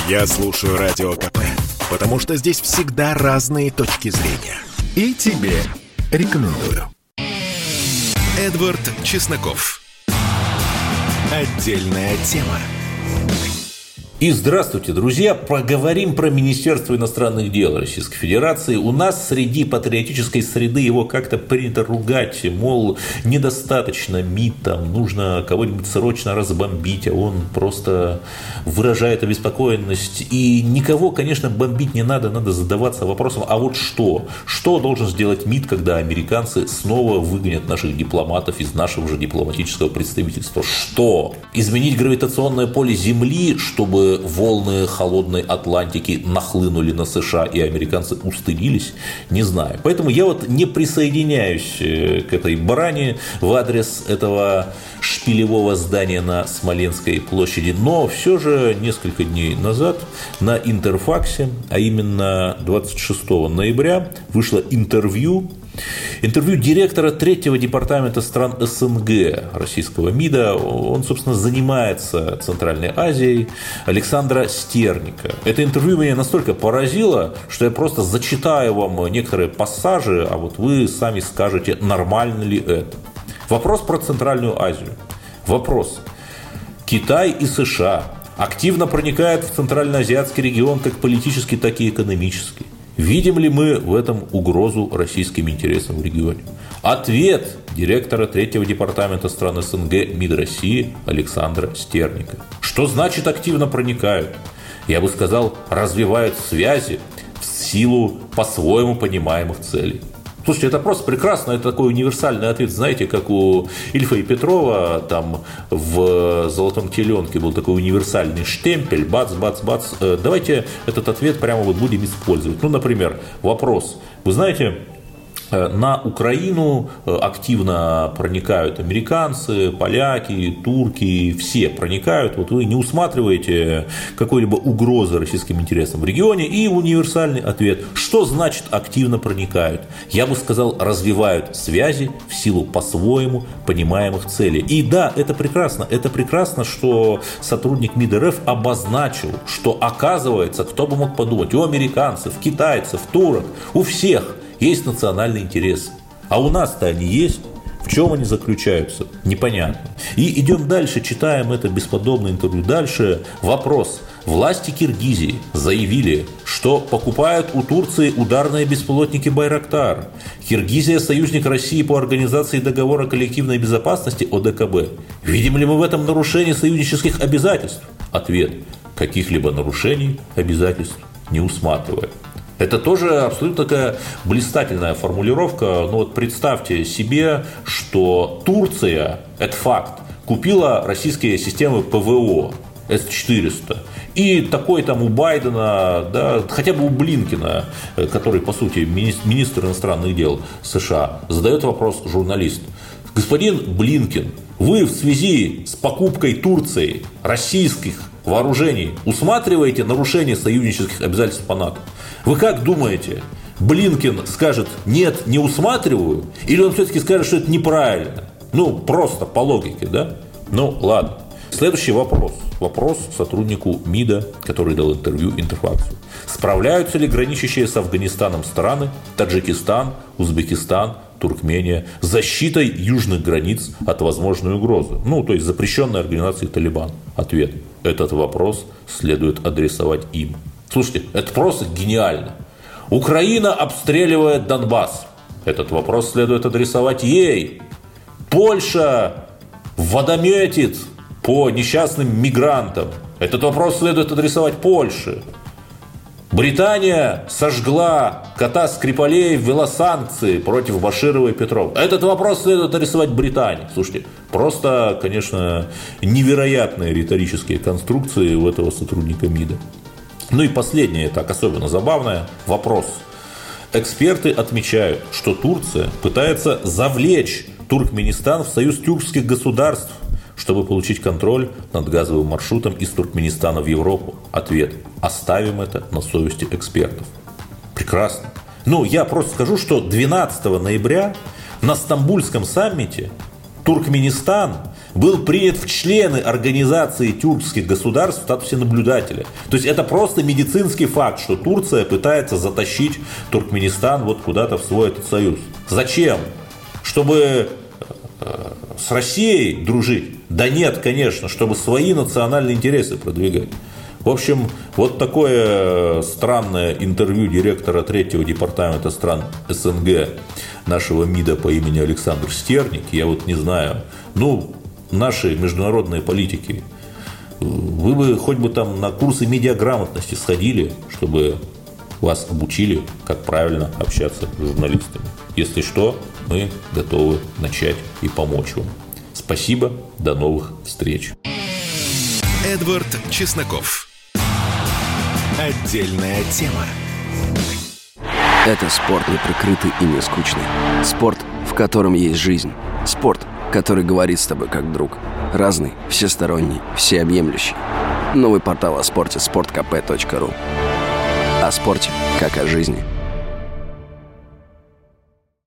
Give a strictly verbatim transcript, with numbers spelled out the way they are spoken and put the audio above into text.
Я слушаю Радио КП, потому что здесь всегда разные точки зрения. И тебе рекомендую. Эдвард Чесноков. Отдельная тема. И здравствуйте, друзья! Поговорим про Министерство иностранных дел Российской Федерации. У нас среди патриотической среды его как-то принято ругать, мол, недостаточно МИД, там нужно кого-нибудь срочно разбомбить, а он просто выражает обеспокоенность. И никого, конечно, бомбить не надо, надо задаваться вопросом, а вот что? Что должен сделать МИД, когда американцы снова выгонят наших дипломатов из нашего же дипломатического представительства? Что? Изменить гравитационное поле Земли, чтобы волны холодной Атлантики нахлынули на США и американцы устыдились, не знаю. Поэтому я вот не присоединяюсь к этой брани в адрес этого шпилевого здания на Смоленской площади. Но все же несколько дней назад на Интерфаксе, а именно двадцать шестого ноября, вышло интервью Интервью директора третьего департамента стран СНГ российского МИДа. Он, собственно, занимается Центральной Азией, Александра Стерника. Это интервью меня настолько поразило, что я просто зачитаю вам некоторые пассажи, а вот вы сами скажете, нормально ли это. Вопрос про Центральную Азию. Вопрос. Китай и США активно проникают в центральноазиатский регион как политически, так и экономически. Видим ли мы в этом угрозу российским интересам в регионе? Ответ директора третьего департамента стран СНГ МИД России Александра Стерника. Что значит активно проникают? Я бы сказал, развивают связи в силу по-своему понимаемых целей. Слушайте, это просто прекрасно, это такой универсальный ответ, знаете, как у Ильфа и Петрова там в «Золотом теленке» был такой универсальный штемпель, бац, бац, бац. Давайте этот ответ прямо вот будем использовать. Ну, например, вопрос. Вы знаете, на Украину активно проникают американцы, поляки, турки, все проникают. Вот вы не усматриваете какой-либо угрозы российским интересам в регионе. И универсальный ответ. Что значит активно проникают? Я бы сказал, развивают связи в силу по-своему понимаемых целей. И да, это прекрасно. Это прекрасно, что сотрудник МИД РФ обозначил, что оказывается, кто бы мог подумать, у американцев, китайцев, турок, у всех есть национальные интересы. А у нас-то они есть. В чем они заключаются? Непонятно. И идем дальше, читаем это бесподобное интервью. Дальше вопрос. Власти Киргизии заявили, что покупают у Турции ударные беспилотники «Байрактар». Киргизия – союзник России по организации договора коллективной безопасности О Д К Б. Видим ли мы в этом нарушение союзнических обязательств? Ответ. Каких-либо нарушений обязательств не усматриваем. Это тоже абсолютно такая блистательная формулировка. Ну вот представьте себе, что Турция, это факт, купила российские системы П В О С четыреста. И такой там у Байдена, да, хотя бы у Блинкена, который, по сути, министр иностранных дел США, задает вопрос журналист. Господин Блинкен, вы в связи с покупкой Турцией российских вооружений усматриваете нарушение союзнических обязательств по НАТО? Вы как думаете, Блинкен скажет «нет, не усматриваю», или он все-таки скажет, что это неправильно? Ну, просто по логике, да? Ну, ладно. Следующий вопрос. Вопрос сотруднику МИДа, который дал интервью Интерфаксу. Справляются ли граничащие с Афганистаном страны, Таджикистан, Узбекистан, Туркмения, с защитой южных границ от возможной угрозы? Ну, то есть запрещенной организации Талибан. Ответ. Этот вопрос следует адресовать им. Слушайте, это просто гениально. Украина обстреливает Донбасс. Этот вопрос следует адресовать ей. Польша водометит по несчастным мигрантам. Этот вопрос следует адресовать Польше. Британия сожгла кота Скрипалей, ввела санкции против Баширова и Петрова. Этот вопрос следует адресовать Британии. Слушайте, просто, конечно, невероятные риторические конструкции у этого сотрудника МИДа. Ну и последнее, так особенно забавное, вопрос. Эксперты отмечают, что Турция пытается завлечь Туркменистан в союз тюркских государств, чтобы получить контроль над газовым маршрутом из Туркменистана в Европу. Ответ. Оставим это на совести экспертов. Прекрасно. Ну, я просто скажу, что двенадцатого ноября на Стамбульском саммите Туркменистан был принят в члены организации тюркских государств в статусе наблюдателя. То есть это просто медицинский факт, что Турция пытается затащить Туркменистан вот куда-то в свой этот союз. Зачем? Чтобы с Россией дружить? Да нет, конечно, чтобы свои национальные интересы продвигать. В общем, вот такое странное интервью директора третьего департамента стран СНГ нашего МИДа по имени Александр Стерник. Я вот не знаю, ну, наши международные политики, вы бы хоть бы там на курсы медиаграмотности сходили, чтобы вас обучили, как правильно общаться с журналистами. Если что, мы готовы начать и помочь вам. Спасибо, до новых встреч. Эдвард Чесноков. Отдельная тема. Это спорт неприкрытый и не скучный. Спорт, в котором есть жизнь. Спорт, который говорит с тобой как друг. Разный, всесторонний, всеобъемлющий. Новый портал о спорте – спорт кэ пэ точка ру. О спорте, как о жизни.